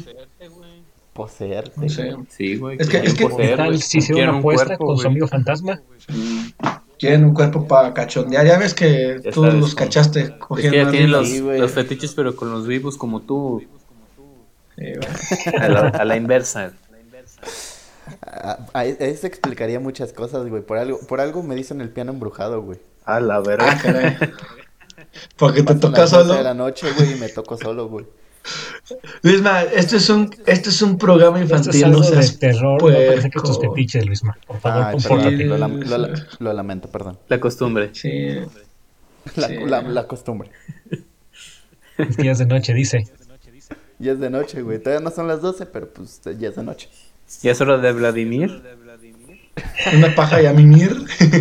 No Poseerte, sé. güey. Sí, güey, Es te que, es quieren que ¿Qué poseer, tal güey. si hicieron Quieren una un apuesta cuerpo, con su güey. amigo fantasma? mm, quieren un cuerpo para cachondear. Ya ves que Ya tú sabes los cómo. cachaste Es que cogiendo ya tienen arriba. Sí, los, güey. los fetiches, pero con los vivos como tú. Sí, güey. A la, a la inversa. A- a- Eso explicaría muchas cosas, güey. Por algo, por algo me dicen el piano embrujado, güey. A la Ah, verga. caray. Porque te Pasan toca las doce de la solo. noche, güey, y me toco solo, güey. Luisma, esto es un, esto es un programa Esto es infantil, no algo de seas terror, no puede ser que tus puerco. fetiches, Luisma. Por favor, Ay, Sí, perdón, compórtate. lo, lam- lo, la- sí, lo lamento, perdón. La costumbre. sí. La, Sí. la, la costumbre. Es que ya es de noche, dice. Ya es de noche, güey. Todavía no son las doce, pero pues ya es de noche. ¿Ya es hora de Vladimir? Una paja y a mimir.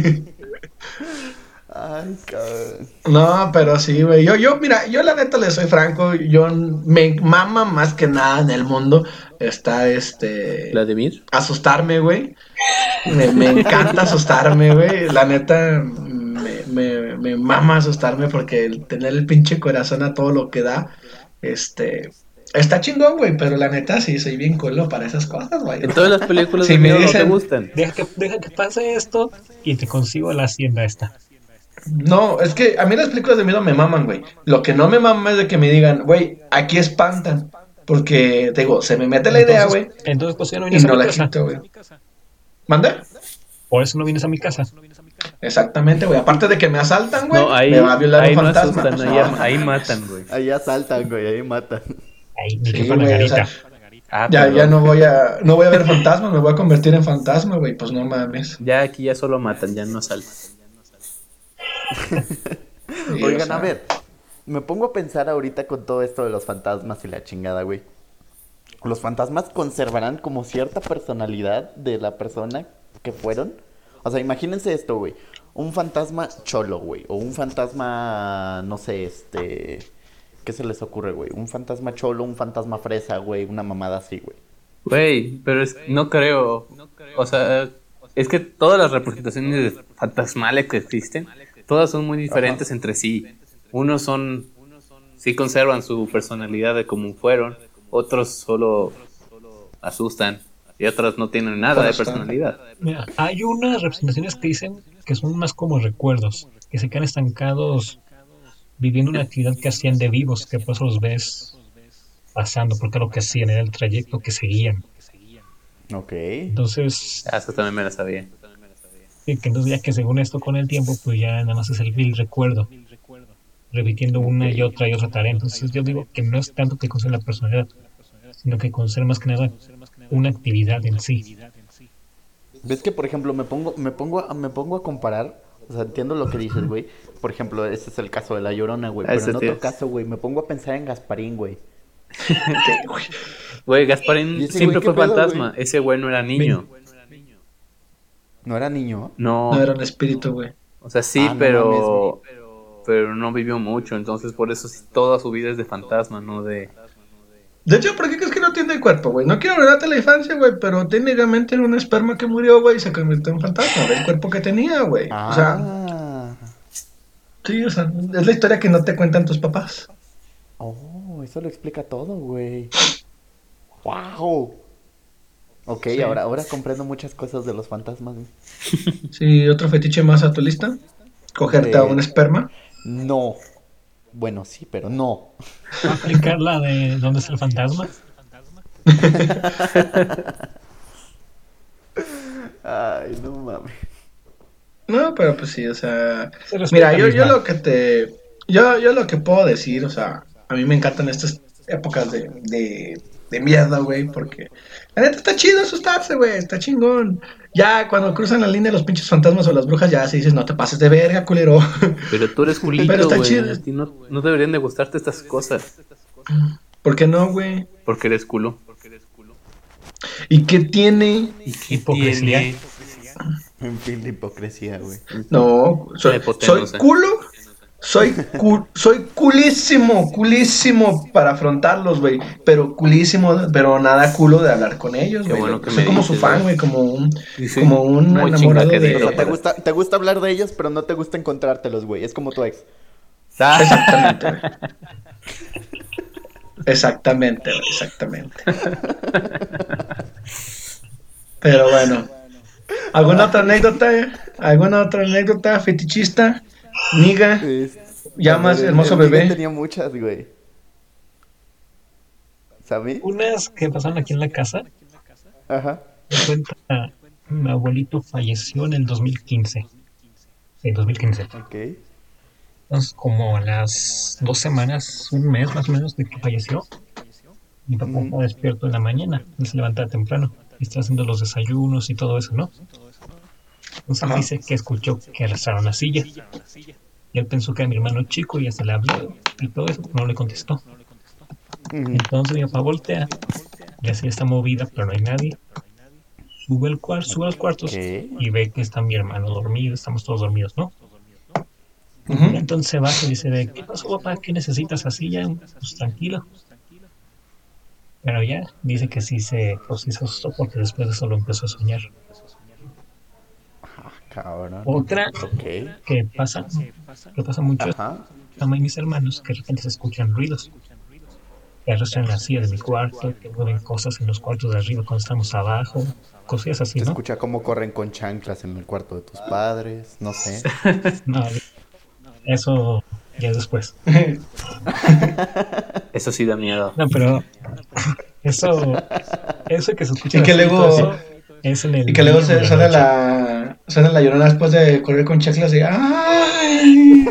Ay, cabrón. No, pero sí, güey. Yo, yo, mira, yo la neta le soy franco. Yo me mama más que nada en el mundo. Está este. ¿Vladimir? Asustarme, güey. Me, me encanta asustarme, güey. La neta, me, me, me mama asustarme porque el tener el pinche corazón a todo lo que da, este. Está chingón, güey, pero la neta sí, soy bien culo para esas cosas, güey. En todas las películas Si de me miedo no te dicen, gustan. Deja que, deja que pase esto y te consigo la hacienda esta. no, es que a mí las películas de miedo me maman, güey. Lo que no me mama es de que me digan, güey, aquí espantan. Porque, te digo, se me mete la idea, Entonces, güey, entonces pues ya no y vienes a no mi la casa. quito, güey. ¿Manda? Por eso no vienes a mi casa. Exactamente, güey. Aparte de que me asaltan, güey, No, ahí, me va a violar ahí un no fantasma. asustan, Pues, ahí, no, ahí no, matan, güey. Ahí asaltan, güey, ahí matan. Ahí, ni que sí, fuera güey, o sea, garita. Ah, ya, perdón. ya no voy a, no voy a ver fantasmas, me voy a convertir en fantasma, güey. Pues no mames. Ya aquí ya solo matan, ya no asaltan. Sí, Oigan, o sea, a ver, me pongo a pensar ahorita con todo esto de los fantasmas y la chingada, güey. ¿Los fantasmas conservarán como cierta personalidad de la persona que fueron? O sea, imagínense esto, güey. Un fantasma cholo, güey. O un fantasma, no sé, este... ¿Qué se les ocurre, güey? Un fantasma cholo, un fantasma fresa, güey. Una mamada así, güey. Güey, pero es, no creo. O sea, es que todas las representaciones de fantasmales que existen, todas son muy diferentes entre sí. Unos son, sí conservan su personalidad de como fueron, otros solo asustan y otros no tienen nada de personalidad. Mira, hay unas representaciones que dicen que son más como recuerdos, que se quedan estancados viviendo una actividad que hacían de vivos, que por eso los ves pasando, porque lo que hacían era el trayecto que seguían. Ok. Entonces, Ah, eso también me lo sabía. sí, que entonces ya que según esto con el tiempo, pues ya nada más es el vil recuerdo, repitiendo una y Ok. otra y otra tarea. Entonces yo digo que no es tanto que conserve la personalidad, sino que conserve más que nada una actividad en sí. ¿Ves que, por ejemplo, me pongo, me pongo, a- me pongo a comparar? O sea, entiendo lo que dices, güey. Por ejemplo, ese es el caso de La Llorona, güey. Ah, Pero ese en tío. otro caso, güey, me pongo a pensar en Gasparín, güey. Sí, güey. Güey, ¿Y Gasparín ese güey siempre qué fue pedo, fantasma. güey? Ese güey no era niño. ¿No era niño? No No, era un espíritu, güey. o sea, sí, Ah, no mames, güey. pero pero no vivió mucho, entonces por eso sí, toda su vida es de fantasma, no de... De hecho, ¿por qué crees que no tiene cuerpo, güey? No quiero hablarte de la infancia, güey, pero técnicamente era un esperma que murió, güey, y se convirtió en fantasma. Ve el cuerpo que tenía, güey. O sea, Ah. sí, o sea, es la historia que no te cuentan tus papás. Oh, eso lo explica todo, güey. ¡Wow! Ok, Sí. ahora, ahora comprendo muchas cosas de los fantasmas, güey. Sí, otro fetiche más a tu lista. Cogerte a un De... esperma. No. Bueno, sí, pero no. ¿Va a aplicar la de dónde está el fantasma? Ay, no mames. No, pero pues sí, o sea, Se mira, respeta, yo, yo Bismarck. lo que te, yo, yo lo que puedo decir, o sea, a mí me encantan estas épocas de, de, de miedo, güey, porque la neta está chido asustarse, güey, está chingón. Ya cuando cruzan la línea los pinches fantasmas o las brujas, ya se dices, no te pases de verga, culero. Pero tú eres Pero culito, está güey, chido. a ti no, no deberían de gustarte estas cosas, ¿Por qué no, güey? porque eres culo. ¿Y qué tiene? ¿Y qué Hipocresía. tiene? En fin de hipocresía, güey. No, La soy, soy hipotenusa. culo. Soy, cu- soy culísimo, culísimo para afrontarlos, güey. Pero culísimo, pero nada culo de hablar con ellos, Qué güey. bueno que Soy me como su dices, fan, güey. güey, como un, Y sí, como un muy enamorado chingaquedito, O sea, te de... pero- gusta, te gusta hablar de ellos, pero no te gusta encontrártelos, güey. Es como tu ex. Ah, Exactamente, güey. Exactamente, güey, exactamente. Pero bueno. ¿Alguna otra anécdota? eh? ¿Alguna otra anécdota fetichista? Niga, Es- ya a ver, más el- hermoso el Miguel bebé. tenía muchas, güey. ¿Sabes? Unas que pasaron aquí en la casa, Ajá. me cuenta, mi abuelito falleció en el dos mil quince. Sí, dos mil quince. Ok. Entonces, como a las dos semanas, un mes más o menos de que falleció, mi papá Ujú. estaba despierto en la mañana y se levanta temprano y está haciendo los desayunos y todo eso, ¿no? Entonces Ajá. dice que escuchó que arrastraron la silla. Y él pensó que era mi hermano chico y ya se le habló y todo eso, no le contestó. Ujú. Entonces mi papá voltea y así está movida, pero no hay nadie. Sube, el cuar sube a los cuartos ¿Qué? y ve que está mi hermano dormido, estamos todos dormidos, ¿no? Ujú. Entonces se baja y dice, de, ¿qué pasó, papá? ¿Qué necesitas así ya? Pues tranquilo. Pero ya, dice que sí se, pues, sí se asustó porque después de eso lo empezó a soñar. Ah, cabrón. Otra Ok. que pasa, que pasa mucho es Ajá. a mí y mis hermanos que de repente se escuchan ruidos. Que arrastran la silla de mi cuarto, que mueven cosas en los cuartos de arriba cuando estamos abajo, cosas así, Se ¿no? escucha cómo corren con chanclas en el cuarto de tus padres. No sé. No, eso ya es después. eso sí da miedo. No, pero eso, eso que se escucha Y que así, luego- todo eso, es en el Y que luego día o en se la suena noche. la, suena la llorona después de correr con chaclas y ¡ay!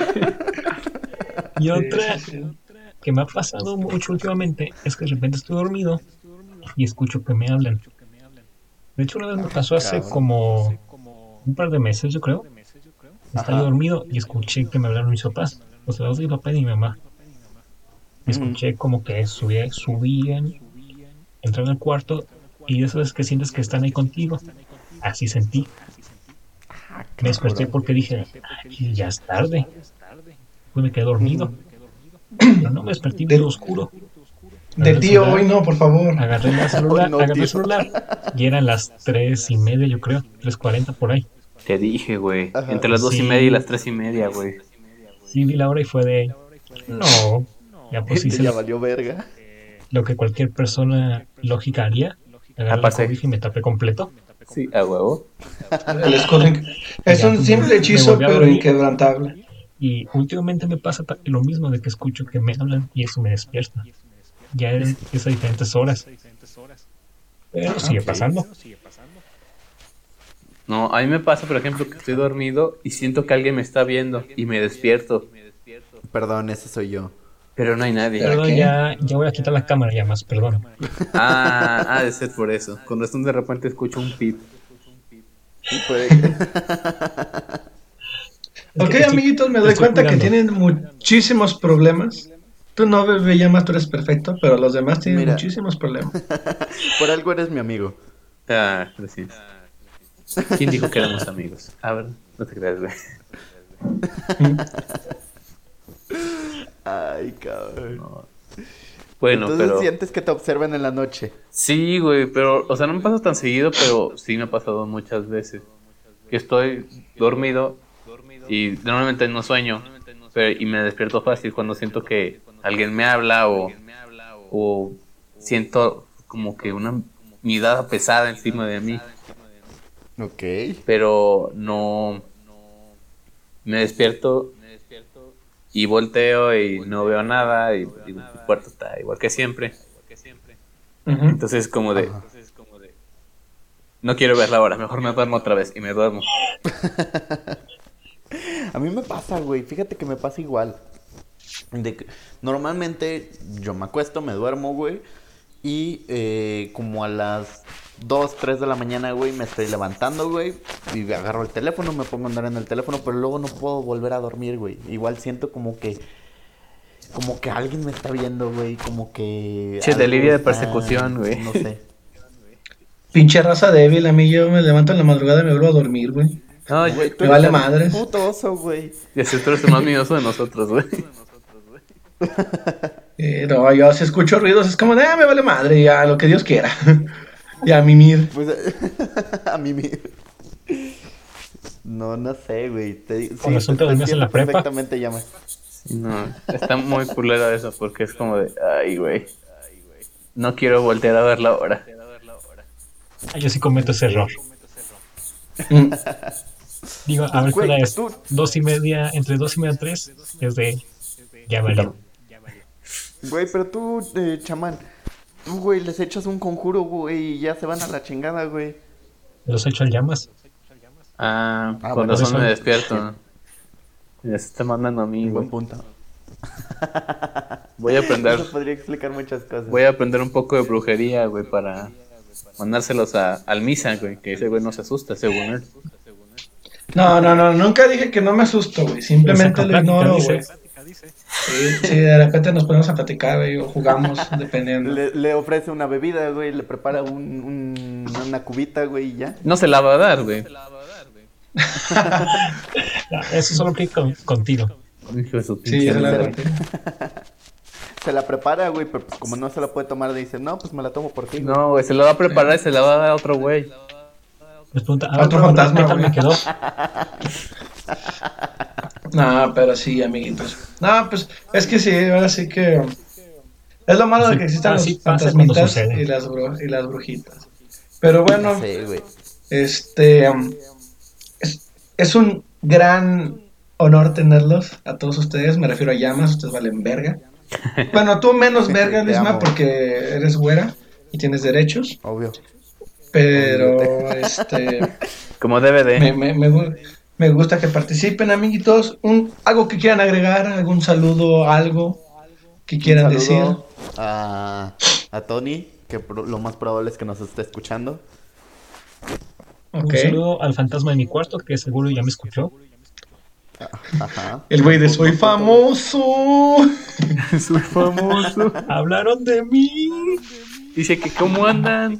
Y otra que me ha pasado mucho últimamente es que de repente estoy dormido y escucho que me hablan. De hecho, una vez me pasó hace Cabrón. como un par de meses, yo creo. Estaba Ajá. yo dormido y escuché que me hablaron mis papás, los dos de mi papá y de mi mamá. Y Ujú. escuché como que subía- subían, entraron al cuarto y de esas veces que sientes que están ahí contigo. Así sentí. Ah, Me desperté cabrón. porque dije, "Ay, ya es tarde". Pues me quedé dormido. Pero no me desperté y vi todo oscuro. De el tío, celular, hoy no, por favor. Agarré el celular, Hoy no, agarré tío. el celular y eran las tres y media, yo creo, tres cuarenta por ahí. Te dije, güey. Ajá. Entre las dos y Sí. media y las tres y media, güey. Sí, vi la hora y fue de, no, ya pues hice ya lo, valió verga. lo que cualquier persona lógica haría. Agarré la Aparte. cobija y me tapé completo. Sí, a huevo. El escudo inc- Es Ya, un me- simple me hechizo, volví a pero dormir. inquebrantable. Y últimamente me pasa ta- lo mismo de que escucho que me hablan y eso me despierta. Ya es, es a diferentes horas. Pero sigue Ok. pasando. No, a mí me pasa, por ejemplo, que estoy dormido y siento que alguien me está viendo y me despierto. Perdón, ese soy yo. Pero no hay nadie. ¿Será Perdón, qué? ya, ya voy a quitar la cámara ya más, perdón. Ah, ha de ser por eso. Con razón de repente escucho un pip. Sí, puede que- Es Ok, que te estoy- amiguitos, me te doy estoy cuenta que cuidando. tienen muchísimos problemas. Tú no, bebé, llamas, tú eres perfecto, pero los demás tienen Mira. muchísimos problemas. Por algo eres mi amigo. Ah, gracias. ¿Quién dijo que éramos amigos? A ver, no te creas, güey. Ay, cabrón. No. Bueno, Entonces pero... sientes que te observan en la noche. Sí, güey, pero... O sea, no me pasa tan seguido, pero sí me ha pasado muchas veces. Que estoy dormido y normalmente no sueño. Pero, y me despierto fácil cuando siento que alguien me habla o... O siento como que una mirada pesada encima de mí. Ok. Pero no... Me despierto y volteo y no veo nada y, y el cuarto está igual que siempre. Ujú. Entonces como de... Ajá. No quiero ver la hora, mejor me duermo otra vez y me duermo. A mí me pasa, güey. Fíjate que me pasa igual. De que normalmente yo me acuesto, me duermo, güey. Y eh, como a las dos, tres de la mañana, güey, me estoy levantando, güey. Y agarro el teléfono, me pongo a andar en el teléfono. Pero luego no puedo volver a dormir, güey. Igual siento como que... Como que alguien me está viendo, güey. Como que... Che, algo delirio de está- persecución, güey. No sé. Pinche raza débil, a mí yo me levanto en la madrugada y me vuelvo a dormir, güey. No, Güey, yo- tú me eres vale un madres. puto oso, güey. y así tú eres el más miedoso de nosotros, güey. Eh, no, yo si escucho ruidos es como de, ah, me vale madre, ya, lo que Dios quiera. Y a mimir. Pues a mí me... No, no sé, güey. Te, di- Con razón te dormías en la entiendo prepa. perfectamente, llama. No, está muy culero eso porque es como de... Ay, güey. No quiero voltear a ver la hora. Ah, yo sí cometo ese error. Mm. Digo, a ver qué Güey, hora es. tú- Dos y media, entre dos y media tres, es de, ya valió. Güey, pero tú, eh, chamán, tú, güey, les echas un conjuro, güey, y ya se van a la chingada, güey. Los echo al llamas. Ah, Ah, con bueno, razón eso- me despierto. Ya se está mandando a mí, Buen güey. punto. Voy a aprender... Eso podría explicar muchas cosas. Voy a aprender un poco de brujería, güey, para mandárselos a, al Misa, güey, que ese güey no se asusta, según él. No, no, no, nunca dije que no me asusto, güey. Simplemente Saca lo plática, ignoro, dice. güey. Sí, sí, de repente nos ponemos a platicar, güey, o jugamos, dependiendo. Le, le ofrece una bebida, güey, le prepara un, un- una cubita, güey, y ya. No se la va a dar, güey. Ah, eso solo que con, contigo. Hijo de su Sí, pinche eso la madre. verdad. Se la prepara, güey, pero pues, como no se la puede tomar, dice, no, pues me la tomo por ti, güey. No, güey, se la va a preparar y se la va a dar a otro güey. Les pregunta, ah, Otro bueno, fantasma, ¿qué tal güey. me quedó? No, pero sí, amiguitos. No, pues es que sí, ahora sí que. Es lo malo de que existan Así los pasa cuando fantasmitas sucede. y las, bru- y las brujitas. Pero bueno, Ya sé, güey. este. um, es, es un gran honor tenerlos a todos ustedes. Me refiero a llamas, ustedes valen verga. Bueno, tú menos verga, Te Lisma, amo. porque eres güera y tienes derechos. Obvio. Pero, este. Como debe de. Me, me, me, gu- me gusta que participen, amiguitos. Un, algo que quieran agregar, algún saludo, algo que quieran Un decir. saludo a, a Tony, que pro- lo más probable es que nos esté escuchando. Ok. Un saludo al fantasma de mi cuarto, que seguro ya me escuchó. Ajá. El güey de soy famoso. Soy famoso. Hablaron de mí. Dice que cómo andan.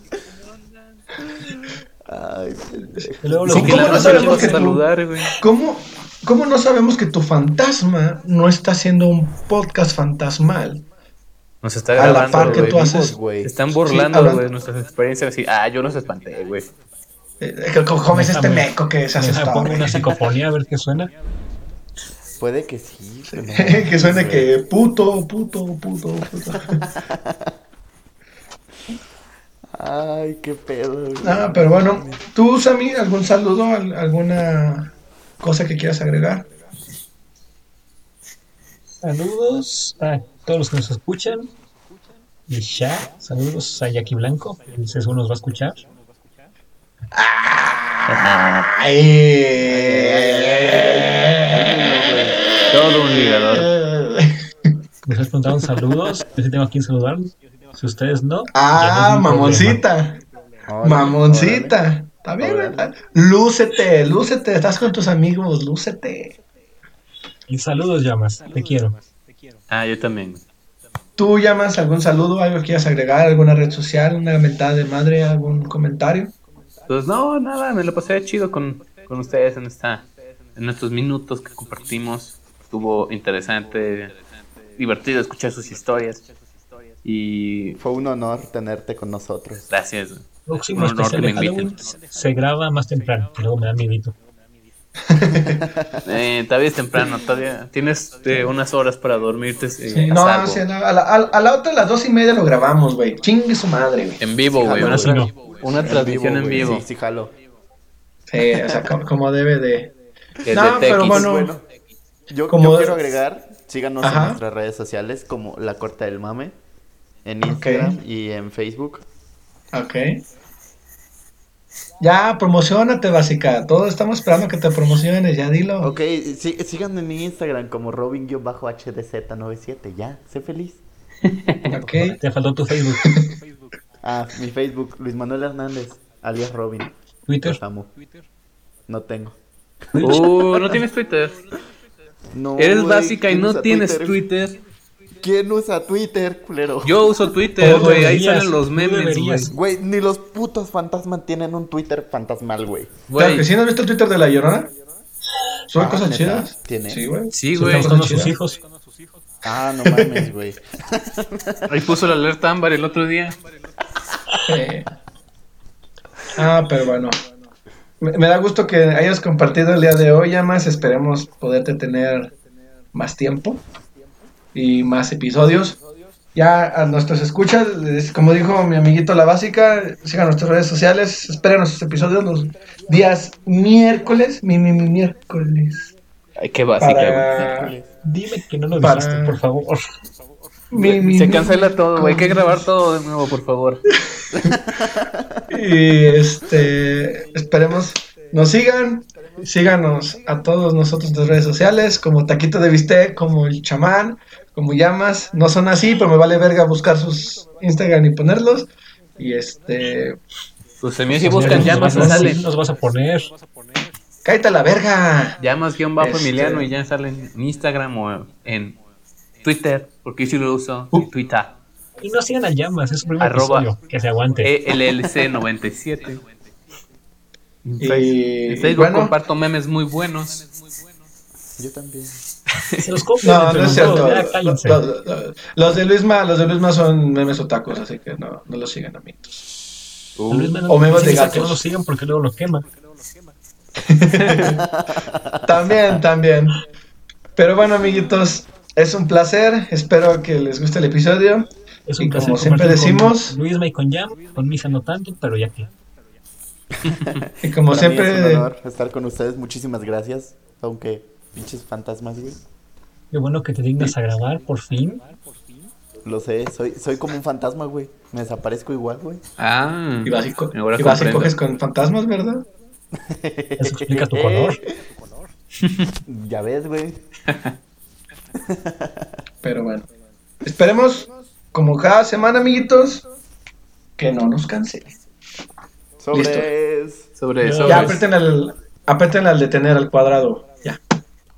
Ay, pendejo. Y luego lo Dice que ¿Cómo la no noche sabemos nos vas que a tú- saludar, güey. ¿Cómo, ¿Cómo no sabemos que tu fantasma no está haciendo un podcast fantasmal? Nos está A la grabando, par que güey. tú haces. Vivos, güey. Se están Sí, burlando, hablando- güey, nuestras experiencias. Así, ah, yo los espanté, güey. Eh, que- ¿Cómo es este Déjame- meco que se hace Deja, pongo story? una psicofonía a ver qué suena. Puede que sí. pero no Que suene güey. que puto, puto, puto, puto. Ay, qué pedo, güey. Ah, pero bueno, tú, Sammy, ¿algún saludo? al- ¿Alguna cosa que quieras agregar? Saludos a todos los que nos escuchan. Y ya, saludos a Jackie Blanco. Él seguro nos va a escuchar. Todo un ligador. Nos has preguntado saludos. Yo sí tengo a quien saludar. Si ustedes no. ya no Ah, es mi problema. mamoncita. Órale, Mamoncita. Está bien, Órale. ¿verdad? Lúcete, lúcete. Estás con tus amigos, lúcete. Y saludos, llamas. Te quiero. Ah, yo también. ¿Tú llamas algún saludo, algo que quieras agregar, alguna red social, una mentada de madre, algún comentario? Pues no, nada, me lo pasé chido con, con ustedes en esta, en estos minutos que compartimos. Estuvo interesante, divertido escuchar sus historias. Y Fue un honor tenerte con nosotros. gracias. Próximo Un honor especial que de me Halloween inviten. se graba más temprano. Que luego me da miedito. Eh, todavía es temprano, todavía tienes eh, unas horas para dormirte. eh, Sí, a no, salvo. sí, no, a, la, a, a la otra a las dos y media lo grabamos, güey. Chingue su madre, güey. En vivo, güey. Jalo, Una, sí, tra- no. una transmisión en güey. vivo. Sí, sí, jalo. Sí, o sea, como, como debe de. Desde No, pero Tequis. bueno. Bueno, yo, Como- yo quiero agregar, síganos Ajá. en nuestras redes sociales como La Corte del Mame, en Instagram y en Facebook. Ok. Ya, promocionate, básica. Todos estamos esperando que te promociones, ya dilo. Ok, sí, síganme en mi Instagram como Robin-H D Z noventa y siete, ya, sé feliz. Ok. Te faltó tu Facebook. Ah, mi Facebook, Luis Manuel Hernández, alias Robin. Twitter. Los amo. No tengo. Uh, no tienes Twitter. No, Eres güey, básica y ¿quién no usa tienes Twitter. ¿Quién usa Twitter, culero? Yo uso Twitter, Tú güey. Ahí deberías, salen los tú memes, güey. deberías. Güey, ni los putos fantasmas tienen un Twitter fantasmal, güey. Claro que Güey, sí, ¿no has visto el Twitter de La Llorona? Sube Ah, cosas ¿neta? chidas. ¿Tiene? Sí, güey. sí, Sube güey. cosas Con sus chidas. hijos. Ah, no mames, güey. Ahí puso la alerta ámbar el otro día. Sí. Ah, pero bueno. Me, me da gusto que hayas compartido el día de hoy, Amas. Esperemos poderte tener más tiempo y más episodios. Ya a nuestros escuchas, les- como dijo mi amiguito La Básica, sigan nuestras redes sociales, esperen nuestros episodios los días miércoles, mi, mi, mi miércoles. Ay, qué básica, güey. Para... Dime que no lo Para- dijiste, por favor. mi, mi, Se mi cancela todo, güey. Hay que miércoles. grabar todo de nuevo, por favor. Y este, esperemos nos sigan, síganos a todos nosotros en las redes sociales, como Taquito de Bistec, como el chamán, como Llamas, no son así, pero me vale verga buscar sus Instagram y ponerlos. Y este, Pues a mí si buscan llamas, nos, me vas- sale. nos vas a poner. cállate a la verga. Llamas guión bajo Este- Emiliano y ya salen en Instagram o en Twitter, porque sí lo uso. Uh. Twitter. Y no sigan a llamas, es su primer Arroba episodio. Que se aguante. E L L C noventa y siete. En Y, Face- en Facebook bueno. comparto memes muy buenos. Yo también. Se los copian No, entre no es los dos, cierto. ya cállense. Los, los- los de Luisma, los de Luisma son memes otacos, así que no, no los sigan a mí. A Luis Manuel O memes de dice que gatos. no lo sigan porque luego lo quema. También, también. Pero bueno, amiguitos, es un placer. Espero que les guste el episodio. Es Y un placer como siempre compartir decimos- con Luisma y con Jam, con Misa no tanto, pero ya que. Y como Para mí es siempre, un honor estar con ustedes. Muchísimas gracias. Aunque pinches fantasmas, güey. Qué bueno que te dignas a grabar, por fin. Lo sé, soy, soy como un fantasma, güey. Me desaparezco igual, güey. Ah, y vas y, co- ahora y vas y comprendo. coges con fantasmas, ¿verdad? Eso explica tu color. Ya ves, güey. Pero bueno. Esperemos, como cada semana, amiguitos, que no nos cancelen. Sobre sobre Ya, eso. Ya aprieten al, aprieten al detener al cuadrado.